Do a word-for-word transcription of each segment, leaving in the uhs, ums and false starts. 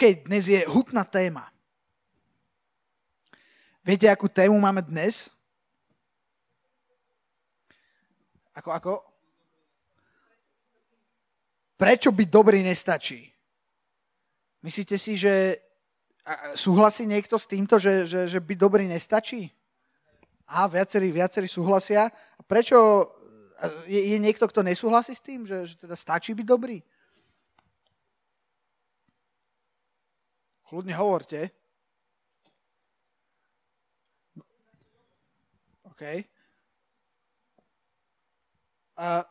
OK, dnes je hutná téma. Viete, akú tému máme dnes? Ako, ako? Prečo byť dobrý nestačí? Myslíte si, že súhlasí niekto s týmto, že, že, že byť dobrý nestačí? Aha, viacerí, viacerí súhlasia. A prečo je, je niekto, kto nesúhlasí s tým, že, že teda stačí byť dobrý? Kľudne hovorte. OK. A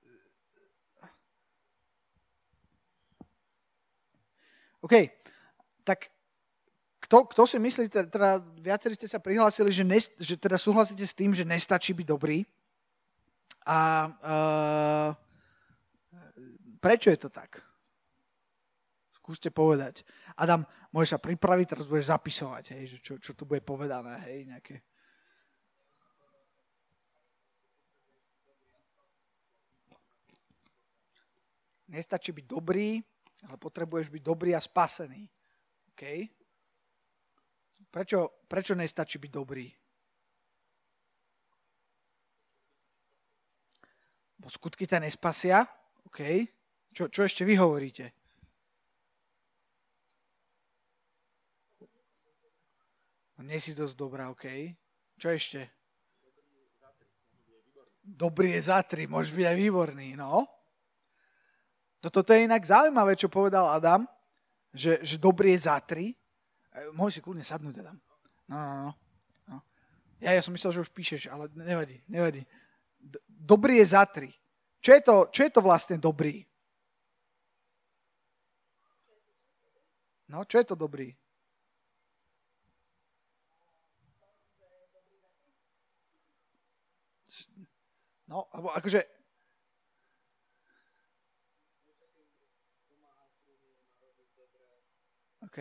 OK, tak kto, kto si myslí, teda viacerí ste sa prihlásili, že, ne, že teda súhlasíte s tým, že nestačí byť dobrý. A uh, prečo je to tak? Skúste povedať. Adam, môžeš sa pripraviť, teraz budeš zapisovať, hej, že čo, čo tu bude povedané, hej, nejaké. Nestačí byť dobrý, ale potrebuješ byť dobrý a spasený. OK? Prečo, prečo nestačí byť dobrý? Bo skutky ťa nespasia. OK? Čo, čo ešte vy hovoríte? No, nie si dosť dobrá, OK? Čo ešte? Dobrý je za tri, môžeš byť aj výborný, no? Toto je inak zaujímavé, čo povedal Adam, že, že dobrý je za tri. Môžeš si kľudne sadnúť, Adam. No, no, no. no. Ja, ja som myslel, že už píšeš, ale nevadí, nevadí. Dobrý je za tri. Čo je to, čo je to vlastne dobrý? No, čo je to dobrý? No, alebo akože... OK.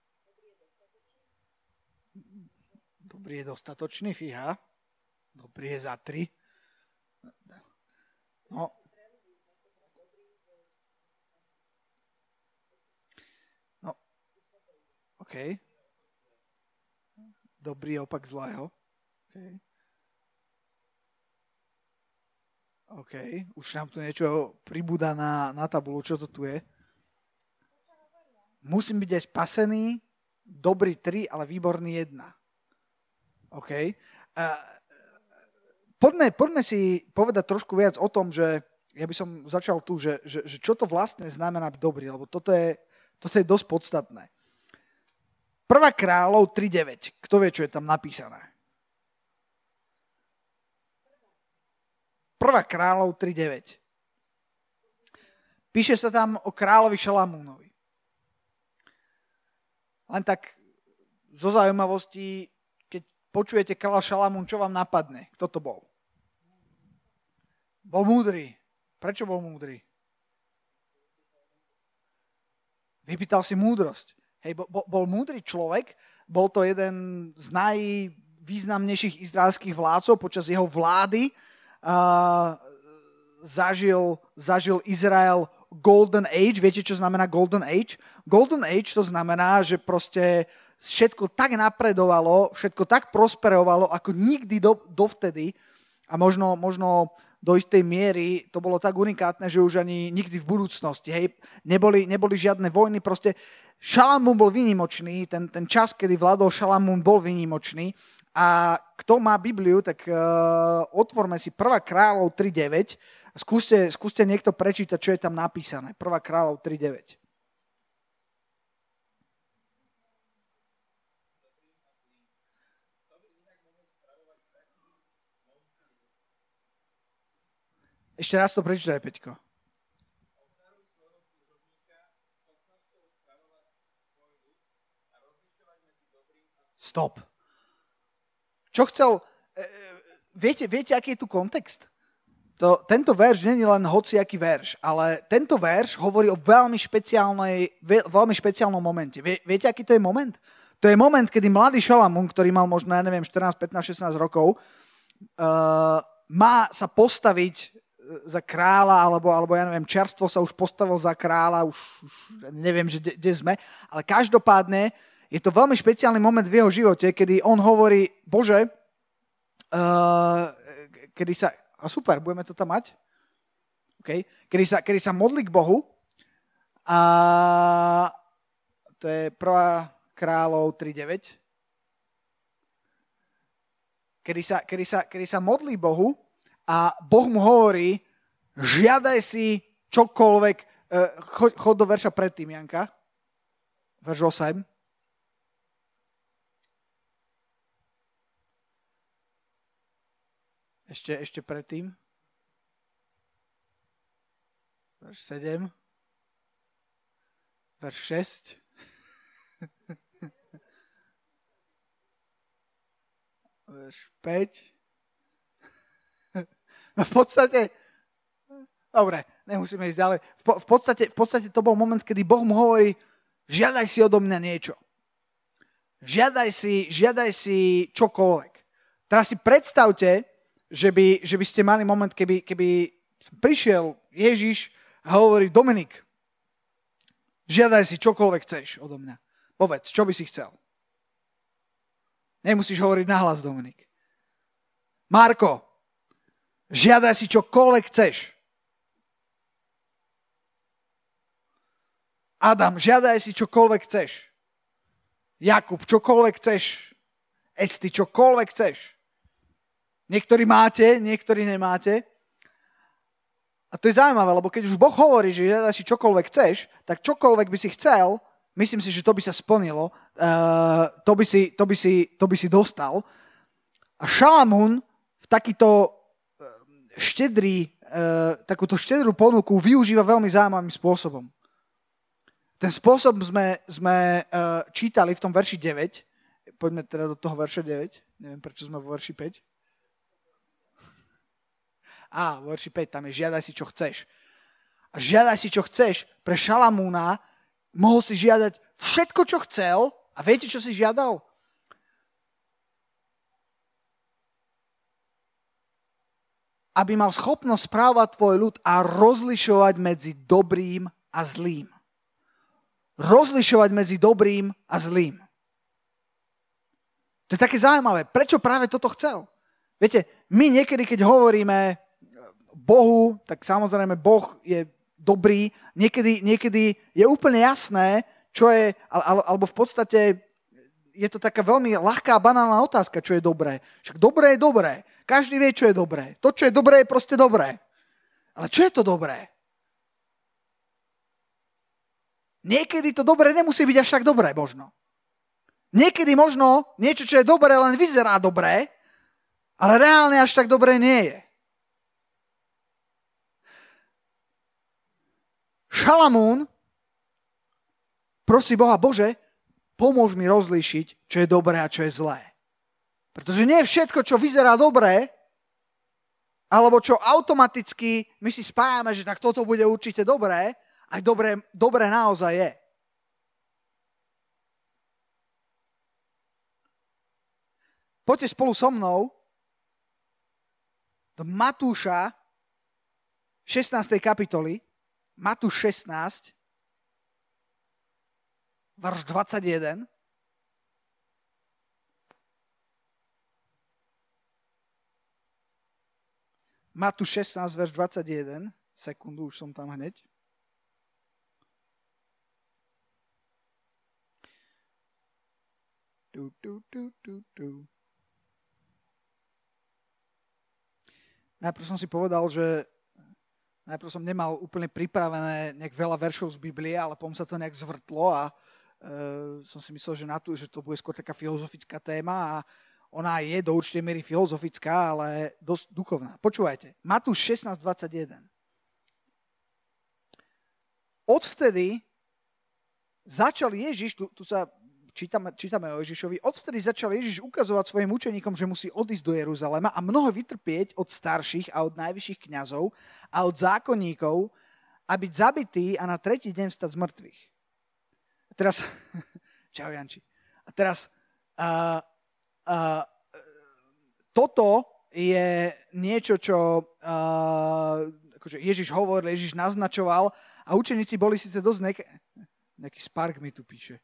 Dobrý je dostatočný, fíha. Dobrý je za tri. No. No. OK. Dobrý je opak zlého. OK. OK. Už nám tu niečo pribúda na, na tabulu. Čo to tu je? Musím byť aj spasený, dobrý tri, ale výborný jedna. OK. Uh, poďme, poďme si povedať trošku viac o tom, že ja by som začal tu, že, že, že čo to vlastne znamená byť dobrý, lebo toto je, toto je dosť podstatné. Prvá Kráľov tri deväť. Kto vie, čo je tam napísané? Prvá Kráľov tri deväť. Píše sa tam o kráľovi Šalamúnovi. Len tak zo zaujímavosti, keď počujete kráľa Šalamún, čo vám napadne? Kto to bol? Bol múdry. Prečo bol múdry? Vypýtal si múdrosť. Hej, bol, bol múdry človek, bol to jeden z najvýznamnejších izraelských vládcov počas jeho vlády. Uh, zažil, zažil Izrael Golden Age. Viete, čo znamená Golden Age? Golden Age to znamená, že proste všetko tak napredovalo, všetko tak prosperovalo, ako nikdy do, dovtedy a možno, možno do istej miery to bolo tak unikátne, že už ani nikdy v budúcnosti. Hej, neboli, neboli žiadne vojny, proste Šalamún bol výnimočný, ten, ten čas, kedy vládol Šalamún, bol výnimočný. A kto má Bibliu, tak uh, otvorme si prvá Kráľov tri deväť. Skúste, skúste niekto prečítať, čo je tam napísané. prvá Kráľov tri deväť. Ešte raz to prečítaj, Peťko. Stop. Čo chcel... Viete, viete, aký je tu kontext? To, tento verš nie je len hociaký verš, ale tento verš hovorí o veľmi, špeciálnej, veľmi špeciálnom momente. Vie, viete, aký to je moment? To je moment, kedy mladý Šalamún, ktorý mal možno, ja neviem, štrnásť, pätnásť, šestnásť rokov, uh, má sa postaviť za kráľa, alebo, alebo ja neviem, čerstvo sa už postavil za kráľa, už, už neviem, že kde sme, ale každopádne je to veľmi špeciálny moment v jeho živote, kedy on hovorí, Bože, uh, kedy sa, a super, budeme to tam mať? Okay. Kedy, sa, kedy sa modlí k Bohu a to je prvá Kráľov tri deväť. Kedy sa, kedy, sa, kedy sa modlí Bohu a Boh mu hovorí, žiadaj si čokoľvek, choď, choď do verša predtým, Janka, verš osem. Ešte, ešte predtým. Verš sedem. Verš šesť. Verš päť. No v podstate, dobre, nemusíme ísť ďalej. V, po, v, podstate, v podstate to bol moment, kedy Boh mu hovorí, žiadaj si odo mňa niečo. Žiadaj si, žiadaj si čokoľvek. Teraz si predstavte, že by, že by ste mali moment, keby, keby prišiel Ježiš a hovorí, Dominik, žiadaj si čokoľvek chceš odo mňa. Povedz, čo by si chcel? Nemusíš hovoriť nahlas, Dominik. Marko, žiadaj si čokoľvek chceš. Adam, žiadaj si čokoľvek chceš. Jakub, čokoľvek chceš. Esti, čokoľvek chceš. Niektorí máte, niektorí nemáte. A to je zaujímavé, lebo keď už Boh hovorí, že žiadaj si čokoľvek chceš, tak čokoľvek by si chcel, myslím si, že to by sa splnilo, uh, to, by si, to, by si, to by si dostal. A Šalamún v takýto štedrý, uh, takúto štedrú ponuku využíva veľmi zaujímavým spôsobom. Ten spôsob sme, sme uh, čítali v tom verši deväť. Poďme teda do toho verša deväť. Neviem, prečo sme vo verši päť. Á, vo verši päť, tam je žiadaj si, čo chceš. A žiadaj si, čo chceš, pre Šalamúna mohol si žiadať všetko, čo chcel. A viete, čo si žiadal? Aby mal schopnosť správať tvoj ľud a rozlišovať medzi dobrým a zlým. Rozlišovať medzi dobrým a zlým. To je také zaujímavé. Prečo práve toto chcel? Viete, my niekedy, keď hovoríme Bohu, tak samozrejme Boh je dobrý. Niekedy, niekedy je úplne jasné, čo je, alebo v podstate je to taká veľmi ľahká, banálna otázka, čo je dobré. Však dobré je dobré. Každý vie, čo je dobré. To, čo je dobré, je proste dobré. Ale čo je to dobré? Niekedy to dobré nemusí byť až tak dobré, možno. Niekedy možno niečo, čo je dobré, len vyzerá dobré, ale reálne až tak dobré nie je. Šalamún prosí Boha, Bože, pomôž mi rozlíšiť, čo je dobré a čo je zlé. Pretože nie všetko, čo vyzerá dobré, alebo čo automaticky my si spájame, že tak toto bude určite dobré, aj dobré, dobré naozaj je. Poďte spolu so mnou do Matúša šestnástej kapitoly. Matúš šestnásť, verš dvadsaťjeden. Matúš šestnásť, verš dvadsaťjeden. Sekundu, už som tam hneď. Tu, tu, tu, tu, tu. Najprv som si povedal, že najprv som nemal úplne pripravené nejak veľa veršov z Biblie, ale potom sa to nejak zvrtlo a uh, som si myslel, že, na to, že to bude skôr taká filozofická téma a ona je do určitej miery filozofická, ale dosť duchovná. Počúvajte, Matúš šestnásť dvadsaťjeden. Odvtedy začal Ježiš, tu, tu sa čítame, čítame o Ježišovi, odvtedy začal Ježiš ukazovať svojim učeníkom, že musí odísť do Jeruzalema a mnoho vytrpieť od starších a od najvyšších kňazov a od zákonníkov a byť zabitý a na tretí deň vstať z mŕtvych. A teraz, čau Janči, a teraz uh, uh, toto je niečo, čo uh, akože Ježiš hovoril, Ježiš naznačoval a učeníci boli síce dosť nek... Nejaký Spark mi tu píše.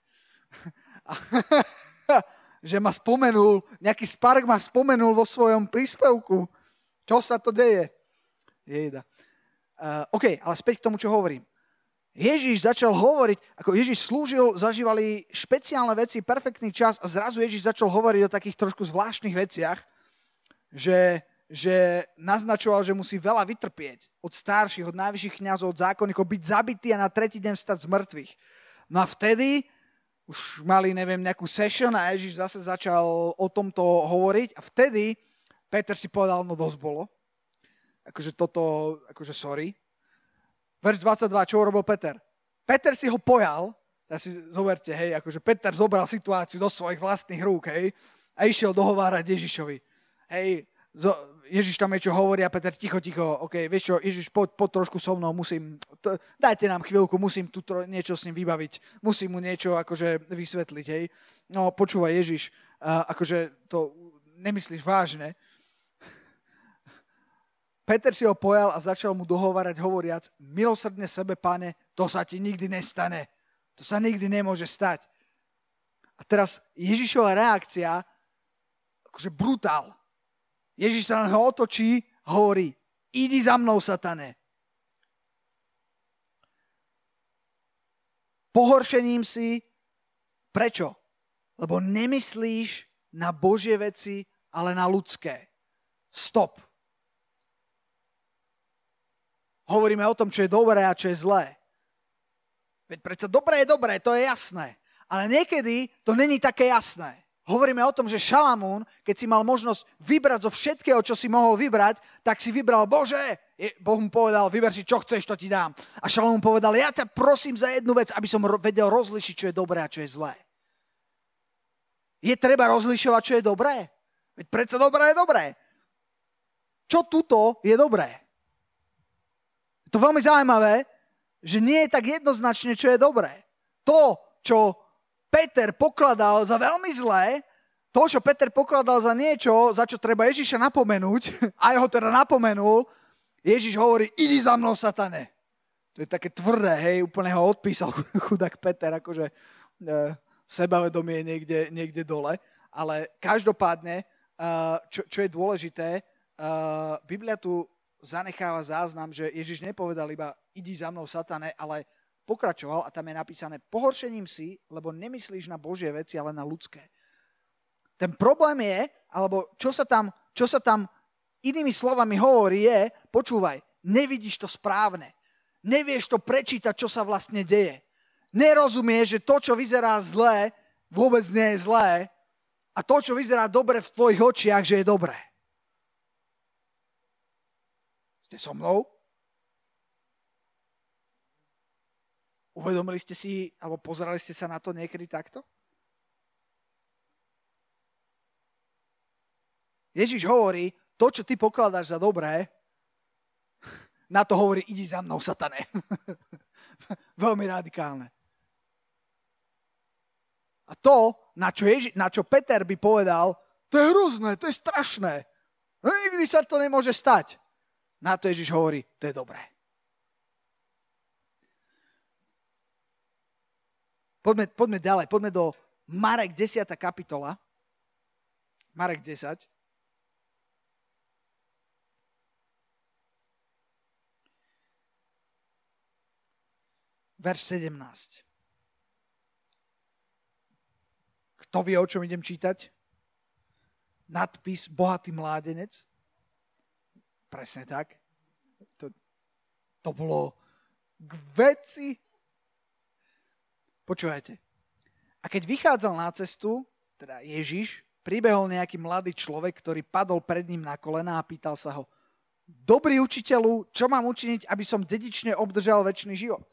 Že ma spomenul, nejaký Spark ma spomenul vo svojom príspevku. Čo sa to deje? Jejda. Uh, OK, ale späť k tomu, čo hovorím. Ježiš začal hovoriť, ako Ježiš slúžil, zažívali špeciálne veci, perfektný čas a zrazu Ježiš začal hovoriť o takých trošku zvláštnych veciach, že, že naznačoval, že musí veľa vytrpieť od starších, od najvyšších kňazov, od zákonníkov, byť zabitý a na tretí deň vstať z mŕtvych. No a vtedy už mali, neviem, nejakú session a Ježiš zase začal o tomto hovoriť a vtedy Peter si povedal, no dosť bolo. Akože toto, akože sorry. Verš dvadsaťdva, čo urobil Peter? Peter si ho pojal, tak si zoberte, hej, akože Peter zobral situáciu do svojich vlastných rúk, hej, a išiel dohovárať Ježišovi. Hej, Ježiš tam niečo hovorí a Peter ticho, ticho, ok, vieš čo, Ježiš, poď, poď trošku so mnou, musím, to, dajte nám chvíľku, musím tu tro, niečo s ním vybaviť, musím mu niečo akože vysvetliť, hej. No, počúvaj Ježiš, uh, akože to nemyslíš vážne. Peter si ho pojal a začal mu dohovárať hovoriac, milosrdne sebe, Pane, to sa ti nikdy nestane. To sa nikdy nemôže stať. A teraz Ježišova reakcia, akože brutál. Ježiš sa na neho otočí a hovorí, idi za mnou, satane. Pohoršením si, prečo? Lebo nemyslíš na Božie veci, ale na ľudské. Stop. Hovoríme o tom, čo je dobré a čo je zlé. Veď predsa dobré je dobré, to je jasné. Ale niekedy to není také jasné. Hovoríme o tom, že Šalamún, keď si mal možnosť vybrať zo všetkého, čo si mohol vybrať, tak si vybral, Bože, Boh mu povedal, vyber si, čo chceš, to ti dám. A Šalamún povedal, ja ťa prosím za jednu vec, aby som vedel rozlišiť, čo je dobré a čo je zlé. Je treba rozlišovať, čo je dobré? Veď predsa dobré je dobré. Čo tuto je dobré? To je veľmi zaujímavé, že nie je tak jednoznačne, čo je dobré. To, čo Peter pokladal za veľmi zlé, to, čo Peter pokladal za niečo, za čo treba Ježiša napomenúť, a ho teda napomenul, Ježiš hovorí, idi za mnou, satane. To je také tvrdé, hej, úplne ho odpísal chudák Peter, akože e, sebavedomie niekde, niekde dole. Ale každopádne, e, čo, čo je dôležité, e, Biblia tu zanecháva záznam, že Ježiš nepovedal iba idi za mnou, satane, ale pokračoval a tam je napísané pohoršením si, lebo nemyslíš na Božie veci, ale na ľudské. Ten problém je, alebo čo sa tam, čo sa tam inými slovami hovorí je, počúvaj, nevidíš to správne. Nevieš to prečítať, čo sa vlastne deje. Nerozumieš, že to, čo vyzerá zlé, vôbec nie je zlé a to, čo vyzerá dobre v tvojich očiach, že je dobré. Ste so mnou? Uvedomili ste si, alebo pozerali ste sa na to niekedy takto? Ježiš hovorí, to, čo ty pokladáš za dobré, na to hovorí, idi za mnou, satane. Veľmi radikálne. A to, na čo, Ježi, na čo Peter by povedal, to je hrozné, to je strašné. Nikdy sa to nemôže stať. Na to Ježiš hovorí, to je dobré. Poďme, poďme ďalej, poďme do Marek desiata kapitola. Marek desať. Verš sedemnásť. Kto vie, o čom idem čítať? Nadpis Bohatý mládenec. Presne tak. To, to bolo k veci. Počúvajte. A keď vychádzal na cestu, teda Ježiš, pribehol nejaký mladý človek, ktorý padol pred ním na kolená a pýtal sa ho, dobrý učiteľu, čo mám učiniť, aby som dedične obdržal večný život?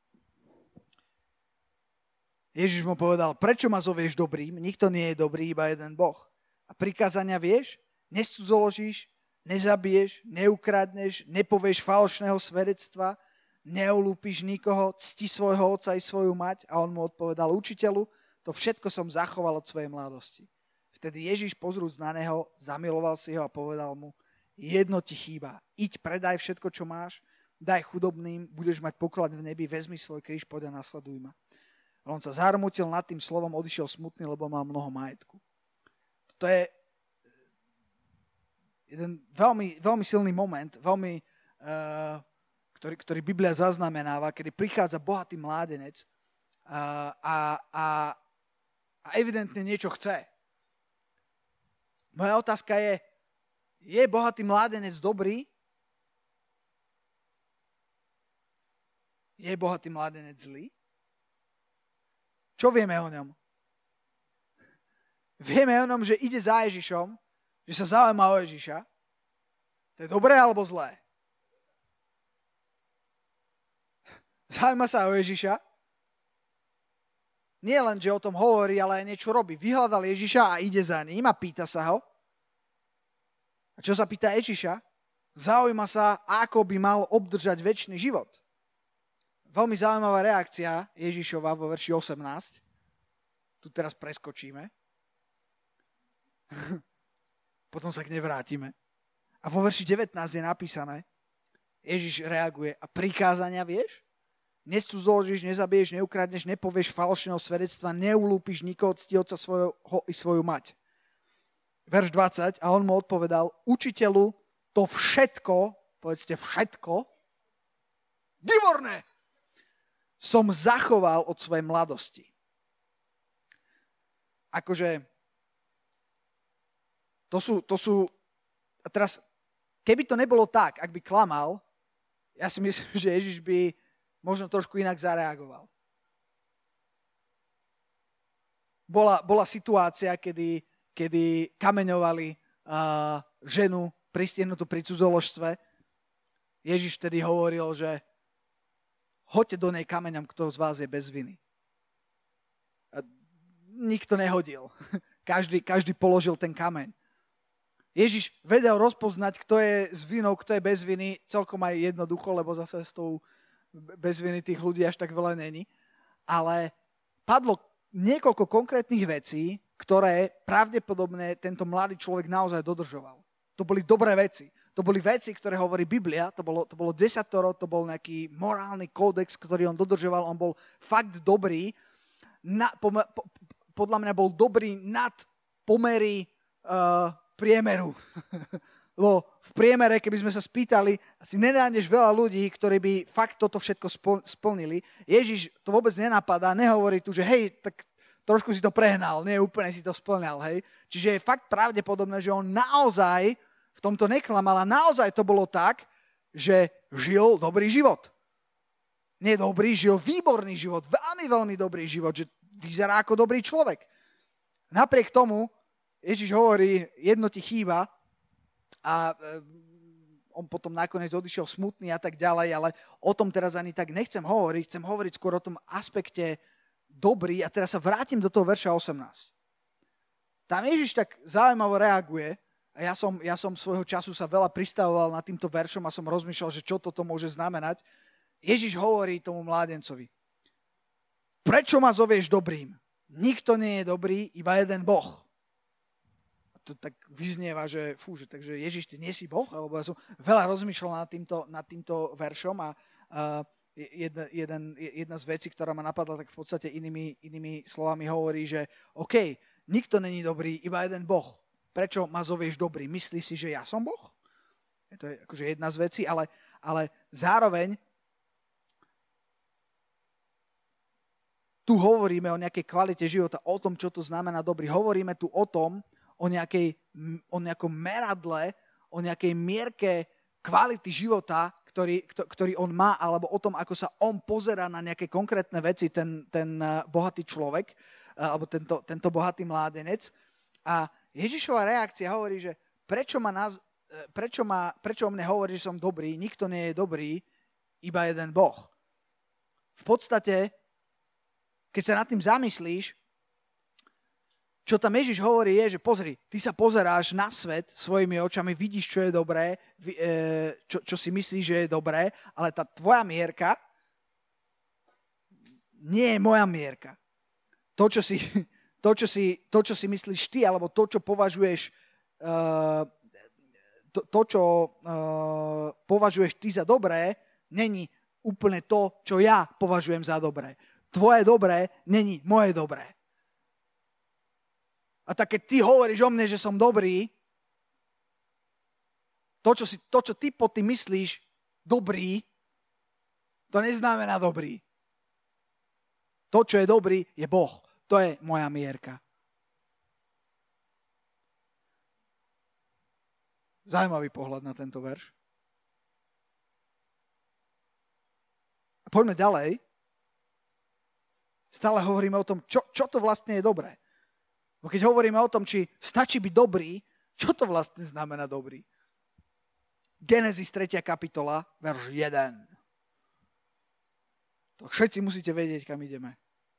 Ježiš mu povedal, prečo ma zovieš dobrým? Nikto nie je dobrý, iba jeden Boh. A prikázania vieš? Nescudzoložíš, nezabiješ, neukradneš, nepovieš falošného svedectva, neolúpiš nikoho, cti svojho otca i svoju mať. A on mu odpovedal, učiteľu, to všetko som zachoval od svojej mladosti. Vtedy Ježiš pozrúc na neho, zamiloval si ho a povedal mu, jedno ti chýba, iď predaj všetko, čo máš, daj chudobným, budeš mať poklad v nebi, vezmi svoj kríž, poď a nasleduj ma. A on sa zarmutil nad tým slovom, odišiel smutný, lebo mal mnoho majetku. To je jeden veľmi, veľmi silný moment, veľmi, uh, ktorý, ktorý Biblia zaznamenáva, kedy prichádza bohatý mládenec uh, a, a, a evidentne niečo chce. Moja otázka je, je bohatý mládenec dobrý? Je bohatý mládenec zlý? Čo vieme o ňom? Vieme o ňom, že ide za Ježišom, že sa zaujíma o Ježiša. To je dobré alebo zlé? Zaujíma sa o Ježiša. Nie len, že o tom hovorí, ale aj niečo robí. Vyhľadal Ježiša a ide za ním a pýta sa ho. A čo sa pýta Ježiša? Zaujíma sa, ako by mal obdržať večný život. Veľmi zaujímavá reakcia Ježišova vo verši osemnásť. Tu teraz preskočíme. Potom sa k nej vrátime. A vo verši devätnásť je napísané, Ježiš reaguje, a prikázania vieš? Nescudzoložíš, nezabiješ, neukradneš, nepovieš falošného svedectva, neulúpiš nikoho, cti otca svojho i svoju mať. Verš dvadsať, a on mu odpovedal, učiteľu, to všetko, povedzte všetko, výborné, som zachoval od svojej mladosti. Akože, to sú, to sú, a teraz, keby to nebolo tak, ak by klamal, ja si myslím, že Ježiš by možno trošku inak zareagoval. Bola, bola situácia, kedy kedy kameňovali uh, ženu pristihnutú pri cudzoložstve. Ježiš vtedy hovoril, že hoďte do nej kameňom, kto z vás je bez viny. A nikto nehodil. Každý, každý položil ten kameň. Ježiš vedel rozpoznať, kto je s vinou, kto je bez viny, celkom aj jednoducho, lebo zase s tou bez viny tých ľudí až tak veľa není. Ale padlo niekoľko konkrétnych vecí, ktoré pravdepodobne tento mladý človek naozaj dodržoval. To boli dobré veci. To boli veci, ktoré hovorí Biblia, to bolo, to bolo desatoro, to bol nejaký morálny kódex, ktorý on dodržoval, on bol fakt dobrý. Na, po, po, podľa mňa bol dobrý nad pomery uh, priemeru. Lebo v priemere, keby sme sa spýtali, asi nenájdeš veľa ľudí, ktorí by fakt toto všetko splnili. Ježiš to vôbec nenapadá, nehovorí tu, že hej, tak trošku si to prehnal, nie úplne si to splňal, hej. Čiže je fakt pravdepodobné, že on naozaj v tomto neklamal a naozaj to bolo tak, že žil dobrý život. Nie dobrý, žil výborný život, veľmi, veľmi dobrý život, že vyzerá ako dobrý človek. Napriek tomu Ježiš hovorí, jedno ti chýba a on potom nakoniec odišiel smutný a tak ďalej, ale o tom teraz ani tak nechcem hovoriť, chcem hovoriť skôr o tom aspekte dobrý, a teraz sa vrátim do toho verša osemnásť. Tam Ježiš tak zaujímavo reaguje a ja som, ja som svojho času sa veľa pristavoval nad týmto veršom a som rozmýšľal, že čo toto môže znamenať. Ježiš hovorí tomu mládencovi, prečo ma zovieš dobrým? Nikto nie je dobrý, iba jeden Boh. A to tak vyznieva, že fú, že takže Ježiš, ty nie si Boh? Alebo ja som veľa rozmýšľal nad týmto, nad týmto veršom a uh, Jedna, jeden, jedna z vecí, ktorá ma napadla, tak v podstate inými, inými slovami hovorí, že OK, nikto není dobrý, iba jeden Boh. Prečo ma zovieš dobrý? Myslíš si, že ja som Boh? To je akože jedna z vecí, ale, ale zároveň tu hovoríme o nejakej kvalite života, o tom, čo to znamená dobrý. Hovoríme tu o tom, o, nejakej, o nejakom meradle, o nejakej mierke kvality života, Ktorý, ktorý on má, alebo o tom, ako sa on pozerá na nejaké konkrétne veci, ten, ten bohatý človek, alebo tento, tento bohatý mládenec. A Ježišova reakcia hovorí, že prečo, ma naz, prečo, ma, prečo o mne hovorí, že som dobrý, nikto nie je dobrý, iba jeden Boh. V podstate, keď sa nad tým zamyslíš, čo tam Ježiš hovorí je, že pozri, ty sa pozeráš na svet svojimi očami, vidíš, čo je dobré, čo, čo si myslíš, že je dobré, ale tá tvoja mierka nie je moja mierka. To, čo si, to, čo si, to, čo si myslíš ty, alebo to, čo považuješ, to, to čo považuješ ty za dobré, není úplne to, čo ja považujem za dobré. Tvoje dobré není moje dobré. A tak keď ty hovoríš o mne, že som dobrý, to, čo, si, to, čo ty pod tým myslíš dobrý, to neznamená dobrý. To, čo je dobrý, je Boh. To je moja mierka. Zaujímavý pohľad na tento verš. A poďme ďalej. Stále hovoríme o tom, čo, čo to vlastne je dobré. Bo keď hovoríme o tom, či stačí byť dobrý, čo to vlastne znamená dobrý? Genesis tretia kapitola, verš jeden. To všetci musíte vedieť, kam ideme.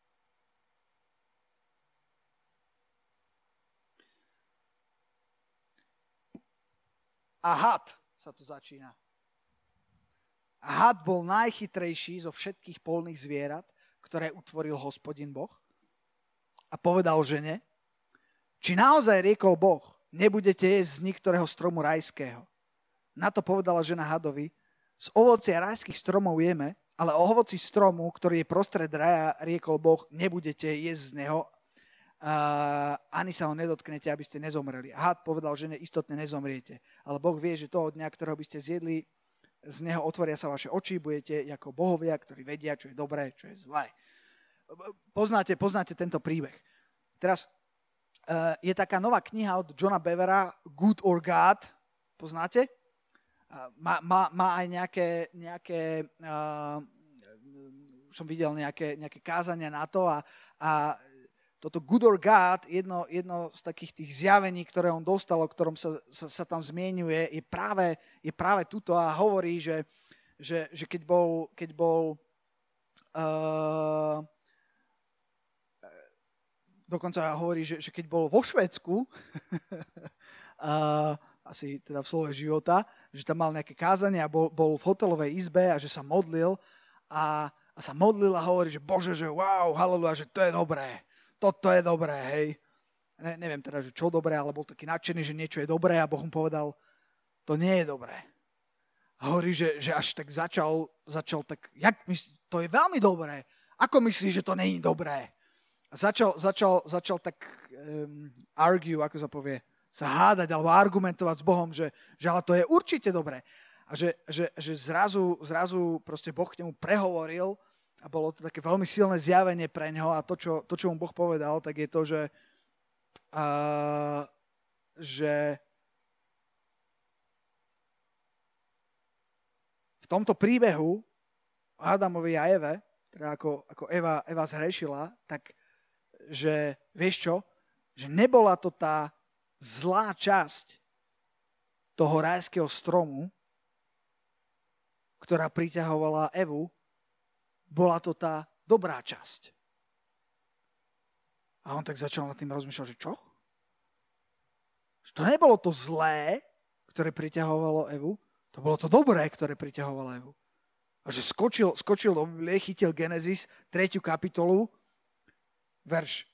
A had sa tu začína. A had bol najchytrejší zo všetkých polných zvierat, ktoré utvoril Hospodin Boh. A povedal žene, či naozaj riekol Boh, nebudete jesť z niektorého stromu rajského. Na to povedala žena hadovi, z ovocia rajských stromov jeme, ale o ovoci stromu, ktorý je prostred raja, riekol Boh, nebudete jesť z neho, uh, ani sa ho nedotknete, aby ste nezomreli. A had povedal žene, istotne nezomriete. Ale Boh vie, že toho dňa, ktorého by ste zjedli, z neho otvoria sa vaše oči, budete ako bohovia, ktorí vedia, čo je dobré, čo je zlé. Poznáte, poznáte tento príbeh. Teraz uh, je taká nová kniha od Johna Bevera, Good or God. Poznáte? Uh, má, má, má aj nejaké, nejaké uh, som videl nejaké, nejaké kázania na to a, a toto Good or God, jedno, jedno z takých tých zjavení, ktoré on dostal, o ktorom sa, sa, sa tam zmienuje, je práve, je práve tuto a hovorí, že, že, že keď bol, keď bol uh, dokonca hovorí, že, že keď bol vo Švédsku, uh, asi teda v slove života, že tam mal nejaké kázanie a bol, bol v hotelovej izbe a že sa modlil a, a sa modlil a hovorí, že Bože, že wow, haleluja, že to je dobré. Toto je dobré, hej. Ne, neviem teda, že čo dobré, ale bol taký nadšený, že niečo je dobré a Boh mu povedal, to nie je dobré. A hovorí, že, že až tak začal, začal tak, jak myslí, to je veľmi dobré. Ako myslíš, že to nie je dobré? A začal, začal, začal tak um, argue, ako sa povie, sa hádať alebo argumentovať s Bohom, že, že ale to je určite dobré. A že, že, že zrazu, zrazu proste Boh k nemu prehovoril a bolo to také veľmi silné zjavenie pre neho a to, čo, to, čo mu Boh povedal, tak je to, že, uh, že v tomto príbehu Adamovi a Eve, teda ako, ako Eva, Eva zhrešila, tak že vieš čo, že nebola to tá zlá časť toho rajského stromu, ktorá priťahovala Evu, bola to tá dobrá časť. A on tak začal nad tým rozmýšľať, že čo? Že to nebolo to zlé, ktoré priťahovalo Evu, to bolo to dobré, ktoré priťahovalo Evu. A že skočil, skočil do Biblie, chytil Genesis, tretiu kapitolu, verš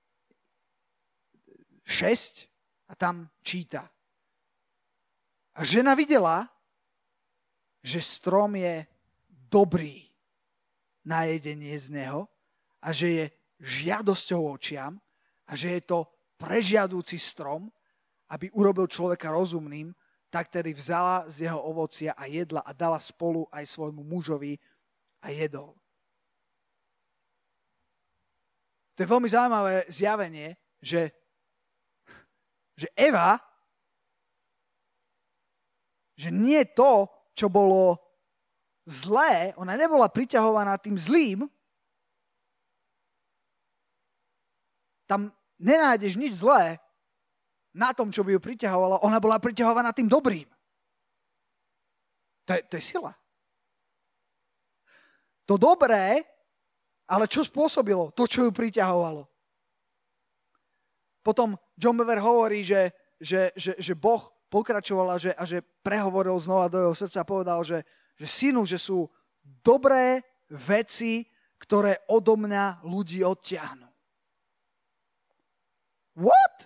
šesť a tam číta. A žena videla, že strom je dobrý na jedenie z neho a že je žiadosťou očiam a že je to prežiadúci strom, aby urobil človeka rozumným, tak tedy vzala z jeho ovocia a jedla a dala spolu aj svojmu mužovi a jedol. To je veľmi zaujímavé zjavenie, že, že Eva, že nie to, čo bolo zlé, ona nebola priťahovaná tým zlým, tam nenájdeš nič zlé na tom, čo by ju priťahovalo, ona bola priťahovaná tým dobrým. To je, to je sila. To dobré, ale čo spôsobilo? To, čo ju priťahovalo. Potom John Bever hovorí, že, že, že, že Boh pokračoval a že, a že prehovoril znova do jeho srdca a povedal, že, že synu, že sú dobré veci, ktoré odo mňa ľudí odtiahnu. What?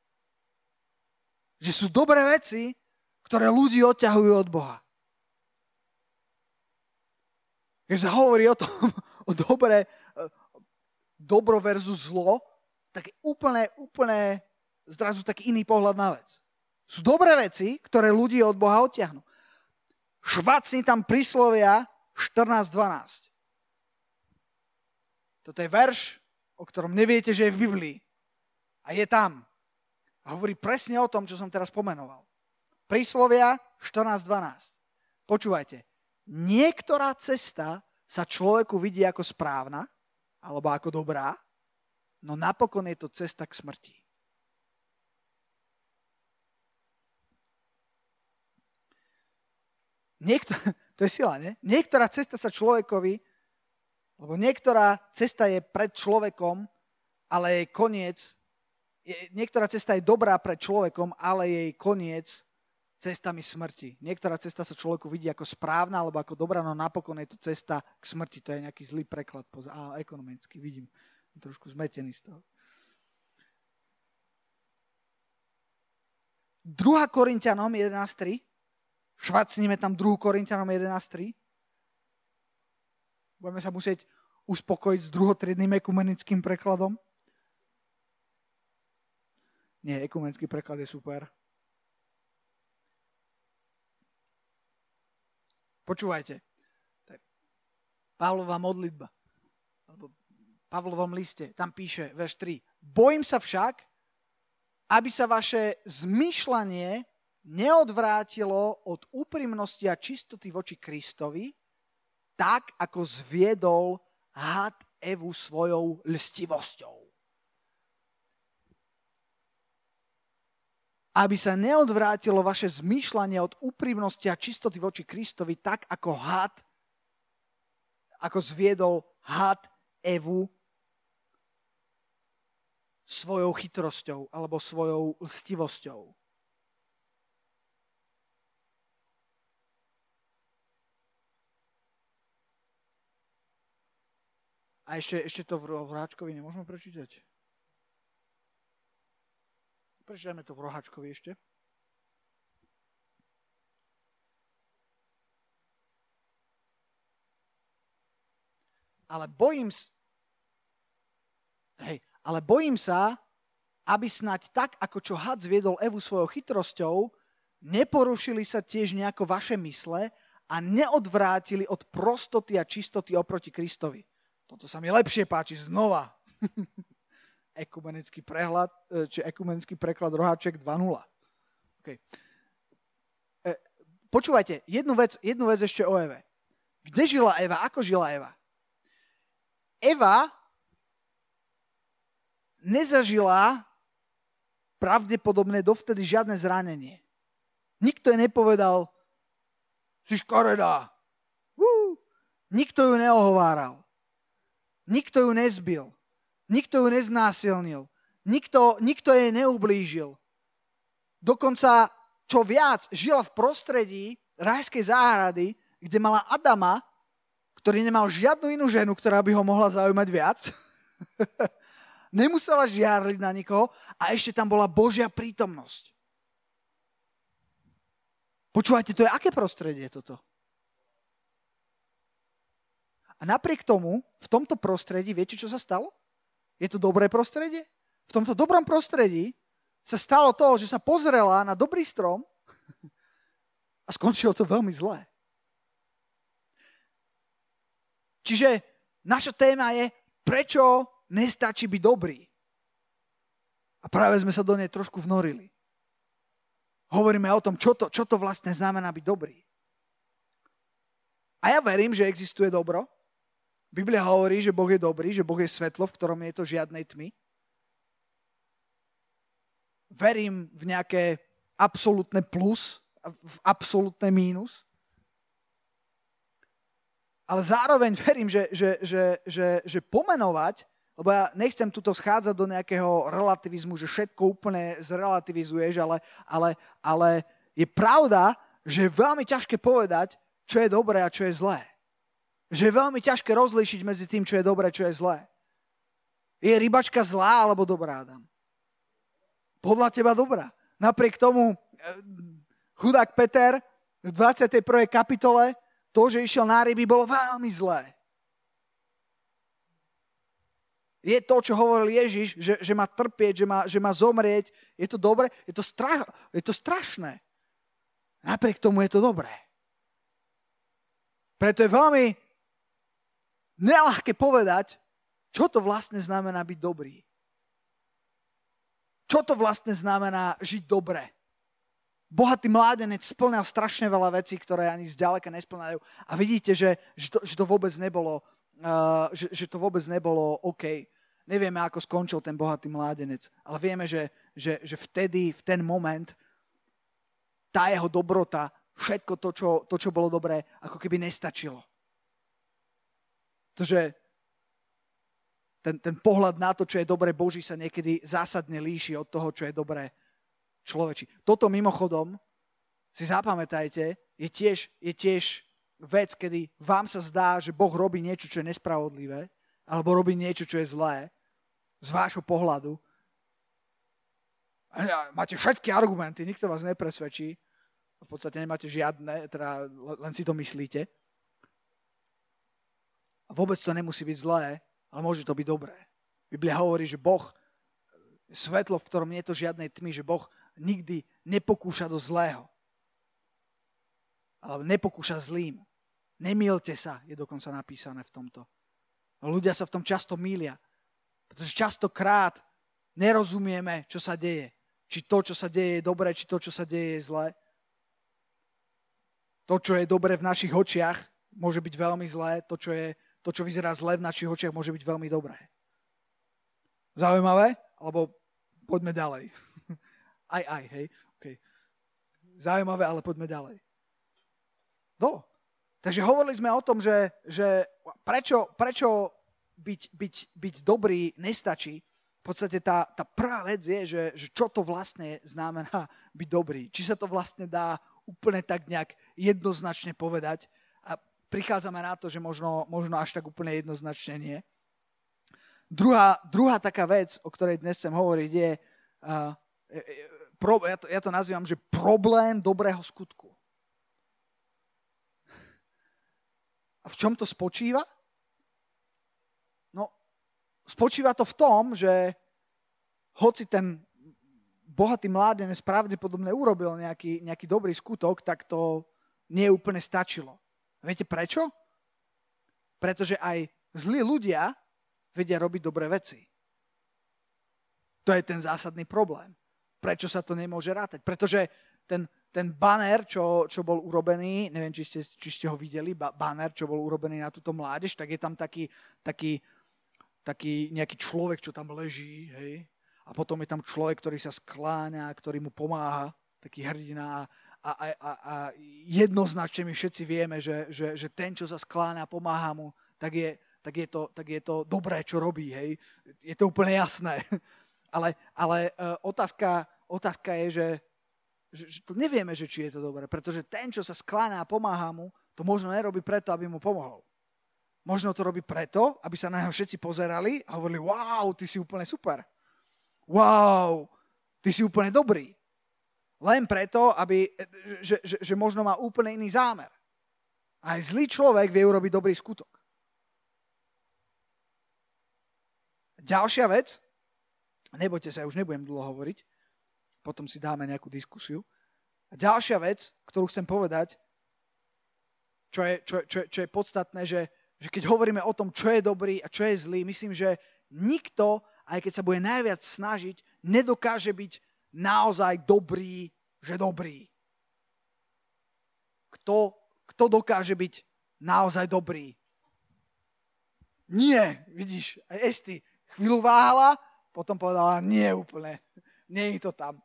Že sú dobré veci, ktoré ľudí odťahujú od Boha. Keď sa hovorí o tom, o dobre, dobro versus zlo, tak je úplne, úplne zrazu taký iný pohľad na vec. Sú dobré veci, ktoré ľudí od Boha odtiahnu. Švacni tam príslovia štrnásť dvanásť. Toto je verš, o ktorom neviete, že je v Biblii. A je tam. A hovorí presne o tom, čo som teraz pomenoval. Príslovia štrnásť dvanásť. Počúvajte. Niektorá cesta sa človeku vidí ako správna, alebo ako dobrá, no napokon je to cesta k smrti. Niektor- to je sila, nie? Niektorá cesta sa človekovi, lebo niektorá cesta je pred človekom, ale jej koniec, je, niektorá cesta je dobrá pred človekom, ale jej koniec cestami smrti. Niektorá cesta sa človeku vidí ako správna, alebo ako dobrá, no napokon je to cesta k smrti. To je nejaký zlý preklad, a ekonomický, vidím. Som trošku zmetený z toho. druhá Korinťanom jedenásť tri. Švacníme tam druhá Korinťanom jedenásť tri. Budeme sa musieť uspokojiť s druhotriednym ekumenickým prekladom. Nie, ekumenický preklad je super. Počúvajte. To je Pavlova modlitba. Alebo v Pavlovom liste. Tam píše, verš tri. Bojím sa však, aby sa vaše zmýšľanie neodvrátilo od úprimnosti a čistoty voči Kristovi, tak ako zviedol had Evu svojou lstivosťou. Aby sa neodvrátilo vaše zmýšľanie od úprimnosti a čistoty voči Kristovi, tak ako had, ako zviedol had Evu svojou chytrosťou alebo svojou lstivosťou. A ešte, ešte to v Roháčkovi nemôžeme prečítať? Prečítajme to v Roháčkovi ešte. Ale bojím sa, hej, ale bojím sa, aby snať tak, ako čo had zviedol Evu svojou chytrosťou, neporušili sa tiež nejako vaše mysle a neodvrátili od prostoty a čistoty oproti Kristovi. Toto sa mi lepšie páči znova. Ekumenický prehľad, či ekumenický preklad Roháček dva nula. Okay. Počúvajte, jednu vec, jednu vec ešte o Eve. Kde žila Eva? Ako žila Eva? Eva nezažila pravdepodobne dovtedy žiadne zranenie. Nikto jej nepovedal, si škaredá. Uh. Nikto ju neohováral. Nikto ju nezbil. Nikto ju neznásilnil. Nikto, nikto jej neublížil. Dokonca, čo viac, žila v prostredí rajskej záhrady, kde mala Adama, ktorý nemal žiadnu inú ženu, ktorá by ho mohla zaujímať viac. Nemusela žiarliť na nikoho a ešte tam bola Božia prítomnosť. Počúvajte, to je aké prostredie toto? A napriek tomu, v tomto prostredí, viete, čo sa stalo? Je to dobré prostredie? V tomto dobrom prostredí sa stalo to, že sa pozrela na dobrý strom a skončilo to veľmi zlé. Čiže naša téma je, prečo nestačí byť dobrý. A práve sme sa do nej trošku vnorili. Hovoríme o tom, čo to, čo to vlastne znamená byť dobrý. A ja verím, že existuje dobro. Biblia hovorí, že Boh je dobrý, že Boh je svetlo, v ktorom je to žiadnej tmy. Verím v nejaké absolútne plus, v absolútne mínus. Ale zároveň verím, že, že, že, že, že pomenovať, lebo ja nechcem tuto schádzať do nejakého relativizmu, že všetko úplne zrelativizuješ, ale, ale, ale je pravda, že je veľmi ťažké povedať, čo je dobré a čo je zlé. Že je veľmi ťažké rozlíšiť medzi tým, čo je dobré a čo je zlé. Je rybačka zlá alebo dobrá, Adam? Podľa teba dobrá. Napriek tomu chudák Peter v dvadsiatej prvej kapitole to, že išiel na ryby, bolo veľmi zlé. Je to, čo hovoril Ježiš, že, že má trpieť, že má, že má zomrieť. Je to dobre? Je to, strach, je to strašné. Napriek tomu je to dobré. Preto je veľmi neľahké povedať, čo to vlastne znamená byť dobrý. Čo to vlastne znamená žiť dobre? Bohatý mládenec spĺňal strašne veľa vecí, ktoré ani zďaleka nespĺňajú. A vidíte, že, že, to, že to vôbec nebolo, uh, že, že to vôbec nebolo OK. Nevieme, ako skončil ten bohatý mládenec, ale vieme, že, že, že vtedy, v ten moment, tá jeho dobrota, všetko to čo, to, čo bolo dobré, ako keby nestačilo. Pretože Ten, ten pohľad na to, čo je dobré Boží, sa niekedy zásadne líši od toho, čo je dobré človeči. Toto mimochodom, si zapamätajte, je tiež, je tiež vec, kedy vám sa zdá, že Boh robí niečo, čo je nespravodlivé, alebo robí niečo, čo je zlé, z vášho pohľadu. Máte všetky argumenty, nikto vás nepresvedčí, v podstate nemáte žiadne, teda len si to myslíte. A vôbec to nemusí byť zlé, ale môže to byť dobré. Biblia hovorí, že Boh je svetlo, v ktorom nie je to žiadnej tmy, že Boh nikdy nepokúša do zlého. Ale nepokúša zlým. Nemýlte sa, je dokonca napísané v tomto. Ľudia sa v tom často mýlia, pretože častokrát nerozumieme, čo sa deje. Či to, čo sa deje, je dobré, či to, čo sa deje, je zlé. To, čo je dobré v našich očiach, môže byť veľmi zlé. To, čo je To, čo vyzerá zle v našich očiach, môže byť veľmi dobré. Zaujímavé? Alebo poďme ďalej. Aj, aj, hej. Okay. Zaujímavé, ale poďme ďalej. No. Takže hovorili sme o tom, že, že prečo, prečo byť, byť, byť dobrý nestačí. V podstate tá, tá prvá vec je, že, že čo to vlastne znamená byť dobrý. Či sa to vlastne dá úplne tak nejak jednoznačne povedať. A prichádzame na to, že možno, možno až tak úplne jednoznačne nie. Druhá, druhá taká vec, o ktorej dnes chcem hovoriť, je, uh, pro, ja, to, ja to nazývam, že problém dobrého skutku. A v čom to spočíva? No, spočíva to v tom, že hoci ten bohatý mládenec pravdepodobne urobil nejaký, nejaký dobrý skutok, tak to nie úplne stačilo. Viete prečo? Pretože aj zlí ľudia vedia robiť dobré veci. To je ten zásadný problém. Prečo sa to nemôže rátať? Pretože ten, ten banner, čo, čo bol urobený, neviem, či ste, či ste ho videli, ba, banner, čo bol urobený na túto mládež, tak je tam taký, taký, taký nejaký človek, čo tam leží, hej? A potom je tam človek, ktorý sa skláňa, ktorý mu pomáha, taký hrdina. A, a, a, a jednoznačne my všetci vieme, že, že, že ten, čo sa skláňa, pomáha mu, tak je, tak je, to, tak je to dobré, čo robí. Hej? Je to úplne jasné. Ale, ale uh, otázka, otázka je, že, že, že to nevieme, že či je to dobré, pretože ten, čo sa skláňa a pomáha mu, to možno nerobí preto, aby mu pomohol. Možno to robí preto, aby sa na neho všetci pozerali a hovorili, wow, ty si úplne super. Wow, ty si úplne dobrý. Len preto, aby, že, že, že možno má úplne iný zámer. Aj zlý človek vie urobiť dobrý skutok. Ďalšia vec, nebojte sa, ja už nebudem dlho hovoriť, potom si dáme nejakú diskusiu. A ďalšia vec, ktorú chcem povedať, čo je, čo, čo, čo je podstatné, že, že keď hovoríme o tom, čo je dobrý a čo je zlý, myslím, že nikto, aj keď sa bude najviac snažiť, nedokáže byť naozaj dobrý, že dobrý. Kto, kto dokáže byť naozaj dobrý? Nie, vidíš, aj Esti chvíľu váhala, potom povedala, nie úplne, nie je to tam.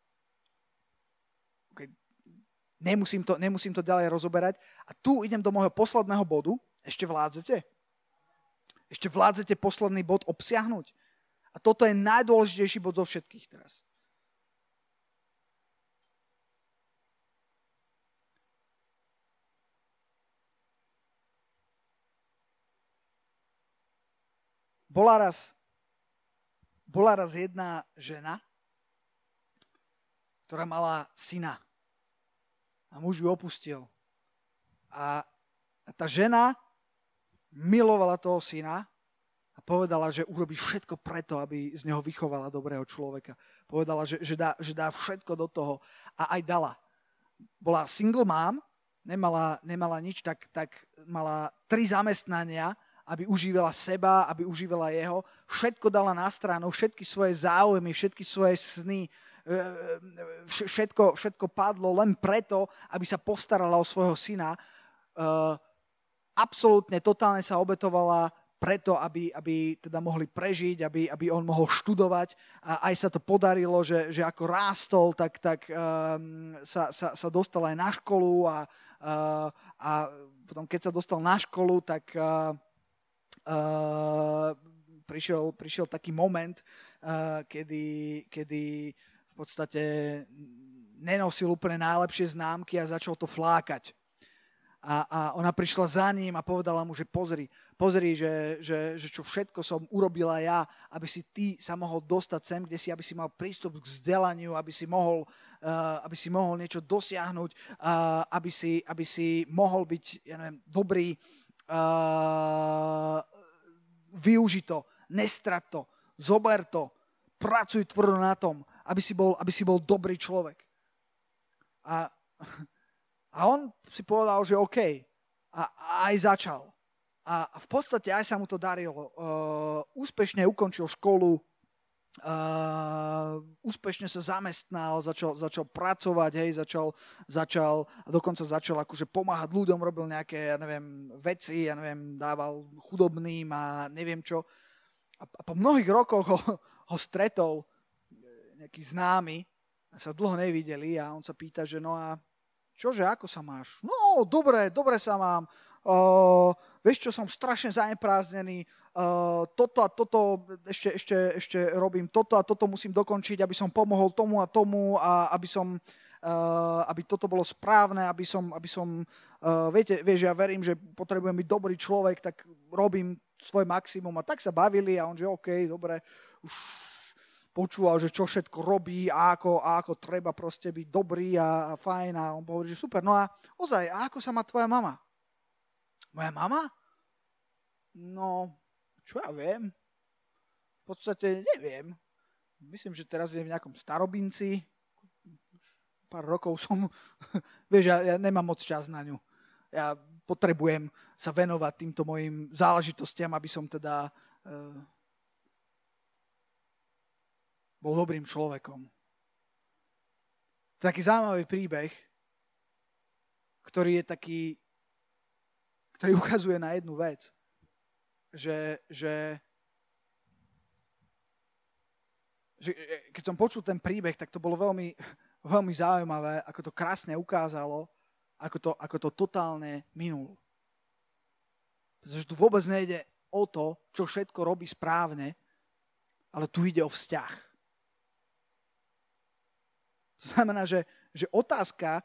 Okay. Nemusím, to, nemusím to ďalej rozoberať. A tu idem do môjho posledného bodu. Ešte vládzete? Ešte vládzete posledný bod obsiahnuť? A toto je najdôležitejší bod zo všetkých teraz. Bola raz, bola raz jedna žena, ktorá mala syna. A muž ju opustil. A A tá žena milovala toho syna a povedala, že urobí všetko preto, aby z neho vychovala dobrého človeka. Povedala, že, že, dá, že dá všetko do toho a aj dala. Bola single mom, nemala, nemala nič, tak, tak mala tri zamestnania, aby užívala seba, aby užívala jeho. Všetko dala na stranu, všetky svoje záujmy, všetky svoje sny, všetko, všetko padlo len preto, aby sa postarala o svojho syna. Absolútne, totálne sa obetovala preto, aby, aby teda mohli prežiť, aby, aby on mohol študovať. A aj sa to podarilo, že, že ako rástol, tak, tak um, sa, sa, sa dostal aj na školu a, uh, a potom, keď sa dostal na školu, tak uh, uh, prišiel, prišiel taký moment, uh, kedy, kedy v podstate nenosil úplne najlepšie známky a začal to flákať. A, a ona prišla za ním a povedala mu, že pozri, pozri, že, že, že čo všetko som urobila ja, aby si ty sa mohol dostať sem, kde si, aby si mal prístup k vzdelaniu, aby si mohol, uh, aby si mohol niečo dosiahnuť, uh, aby, si, aby si mohol byť, ja neviem, dobrý, uh, využi to, nestrat to, zober to, pracuj tvrdo na tom, aby si bol, aby si bol dobrý človek. A A on si povedal, že OK. A, a aj začal. A, a v podstate aj sa mu to darilo. Uh, úspešne ukončil školu, uh, úspešne sa zamestnal, začal, začal pracovať, hej, začal, začal, a dokonca začal akože pomáhať ľuďom, robil nejaké, ja neviem, veci, ja neviem, dával chudobným a neviem čo. A, a po mnohých rokoch ho, ho stretol nejaký známy, a sa dlho nevideli a on sa pýta, že no a čože, ako sa máš? No, dobre, dobre sa mám. Uh, vieš čo, som strašne zaneprázdnený. Uh, toto a toto ešte, ešte, ešte robím. Toto a toto musím dokončiť, aby som pomohol tomu a tomu a aby som, uh, aby toto bolo správne, aby som, aby som uh, viete, vieš, ja verím, že potrebujem byť dobrý človek, tak robím svoj maximum. A tak sa bavili a on, že OK, dobre, už počúval, že čo všetko robí a ako, a ako treba proste byť dobrý a, a fajn a on hovorí, že super. No a ozaj, a ako sa má tvoja mama? Moja mama? No, čo ja viem? V podstate neviem. Myslím, že teraz je v nejakom starobinci. Pár rokov som... Vieš, ja, ja nemám moc čas na ňu. Ja potrebujem sa venovať týmto mojim záležitostiam, aby som teda... Uh, bol dobrým človekom. To je taký zaujímavý príbeh, ktorý je taký, ktorý ukazuje na jednu vec, že, že, že keď som počul ten príbeh, tak to bolo veľmi, veľmi zaujímavé, ako to krásne ukázalo, ako to, ako to totálne minulo. Pretože tu vôbec nejde o to, čo všetko robí správne, ale tu ide o vzťah. To znamená, že, že otázka,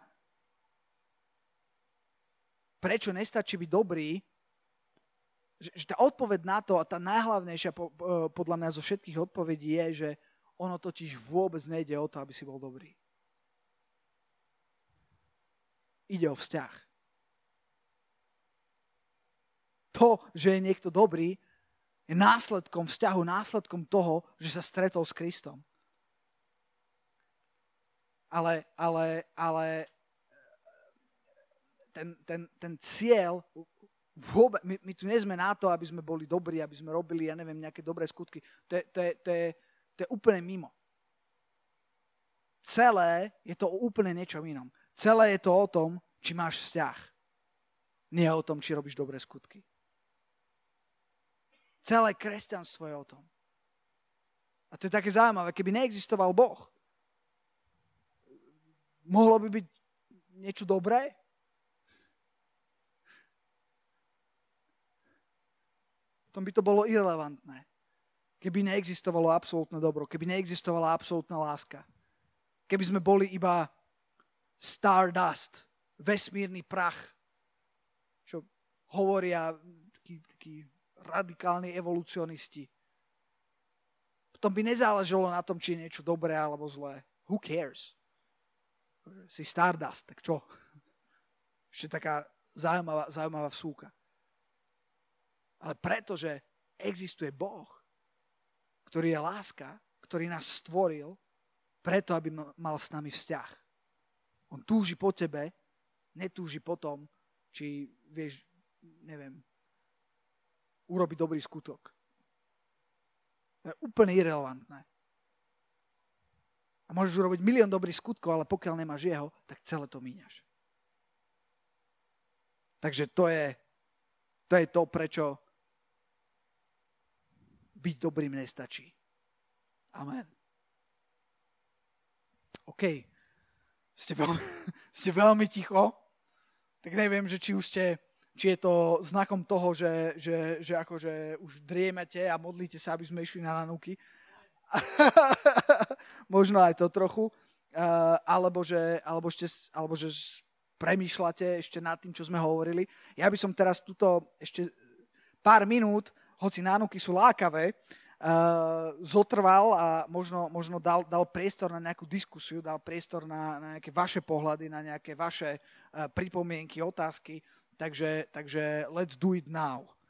prečo nestačí byť dobrý, že, že tá odpoveď na to, a tá najhlavnejšia po, podľa mňa zo všetkých odpovedí je, že ono totiž vôbec nejde o to, aby si bol dobrý. Ide o vzťah. To, že je niekto dobrý, je následkom vzťahu, následkom toho, že sa stretol s Kristom. Ale, ale, ale ten, ten, ten cieľ, vôbec, my, my tu nie sme na to, aby sme boli dobrí, aby sme robili, ja neviem, nejaké dobré skutky. To je, to je, to je, to je úplne mimo. Celé je to o úplne niečom inom. Celé je to o tom, či máš vzťah. Nie o tom, či robíš dobré skutky. Celé kresťanstvo je o tom. A to je také zaujímavé, keby neexistoval Boh, mohlo by byť niečo dobré? Potom by to bolo irelevantné. Keby neexistovalo absolútne dobro, keby neexistovala absolútna láska. Keby sme boli iba stardust, vesmírny prach, čo hovoria takí, takí radikálni evolucionisti. Potom by nezáležalo na tom, či je niečo dobré alebo zlé. Who cares? Si stardust, tak čo? Ešte taká zaujímavá, zaujímavá vsúka. Ale pretože existuje Boh, ktorý je láska, ktorý nás stvoril, preto, aby mal s nami vzťah. On túži po tebe, netúži po tom, či vieš, neviem, urobiť dobrý skutok. To je úplne irelevantné. A môžeš urobiť milión dobrých skutkov, ale pokiaľ nemáš jeho, tak celé to míňaš. Takže to je to, je to prečo byť dobrým nestačí. Amen. OK. Ste veľmi, ste veľmi ticho. Tak neviem, že či už ste, či je to znakom toho, že, že, že akože už driemete a modlíte sa, aby sme išli na nanúky. Možno aj to trochu. Uh, alebo, že, alebo, ešte, alebo že premýšľate ešte nad tým, čo sme hovorili. Ja by som teraz tuto ešte pár minút, hoci nánuky sú lákavé, uh, zotrval a možno, možno dal, dal priestor na nejakú diskusiu, dal priestor na, na nejaké vaše pohľady, na nejaké vaše uh, pripomienky, otázky. Takže, takže let's do it now.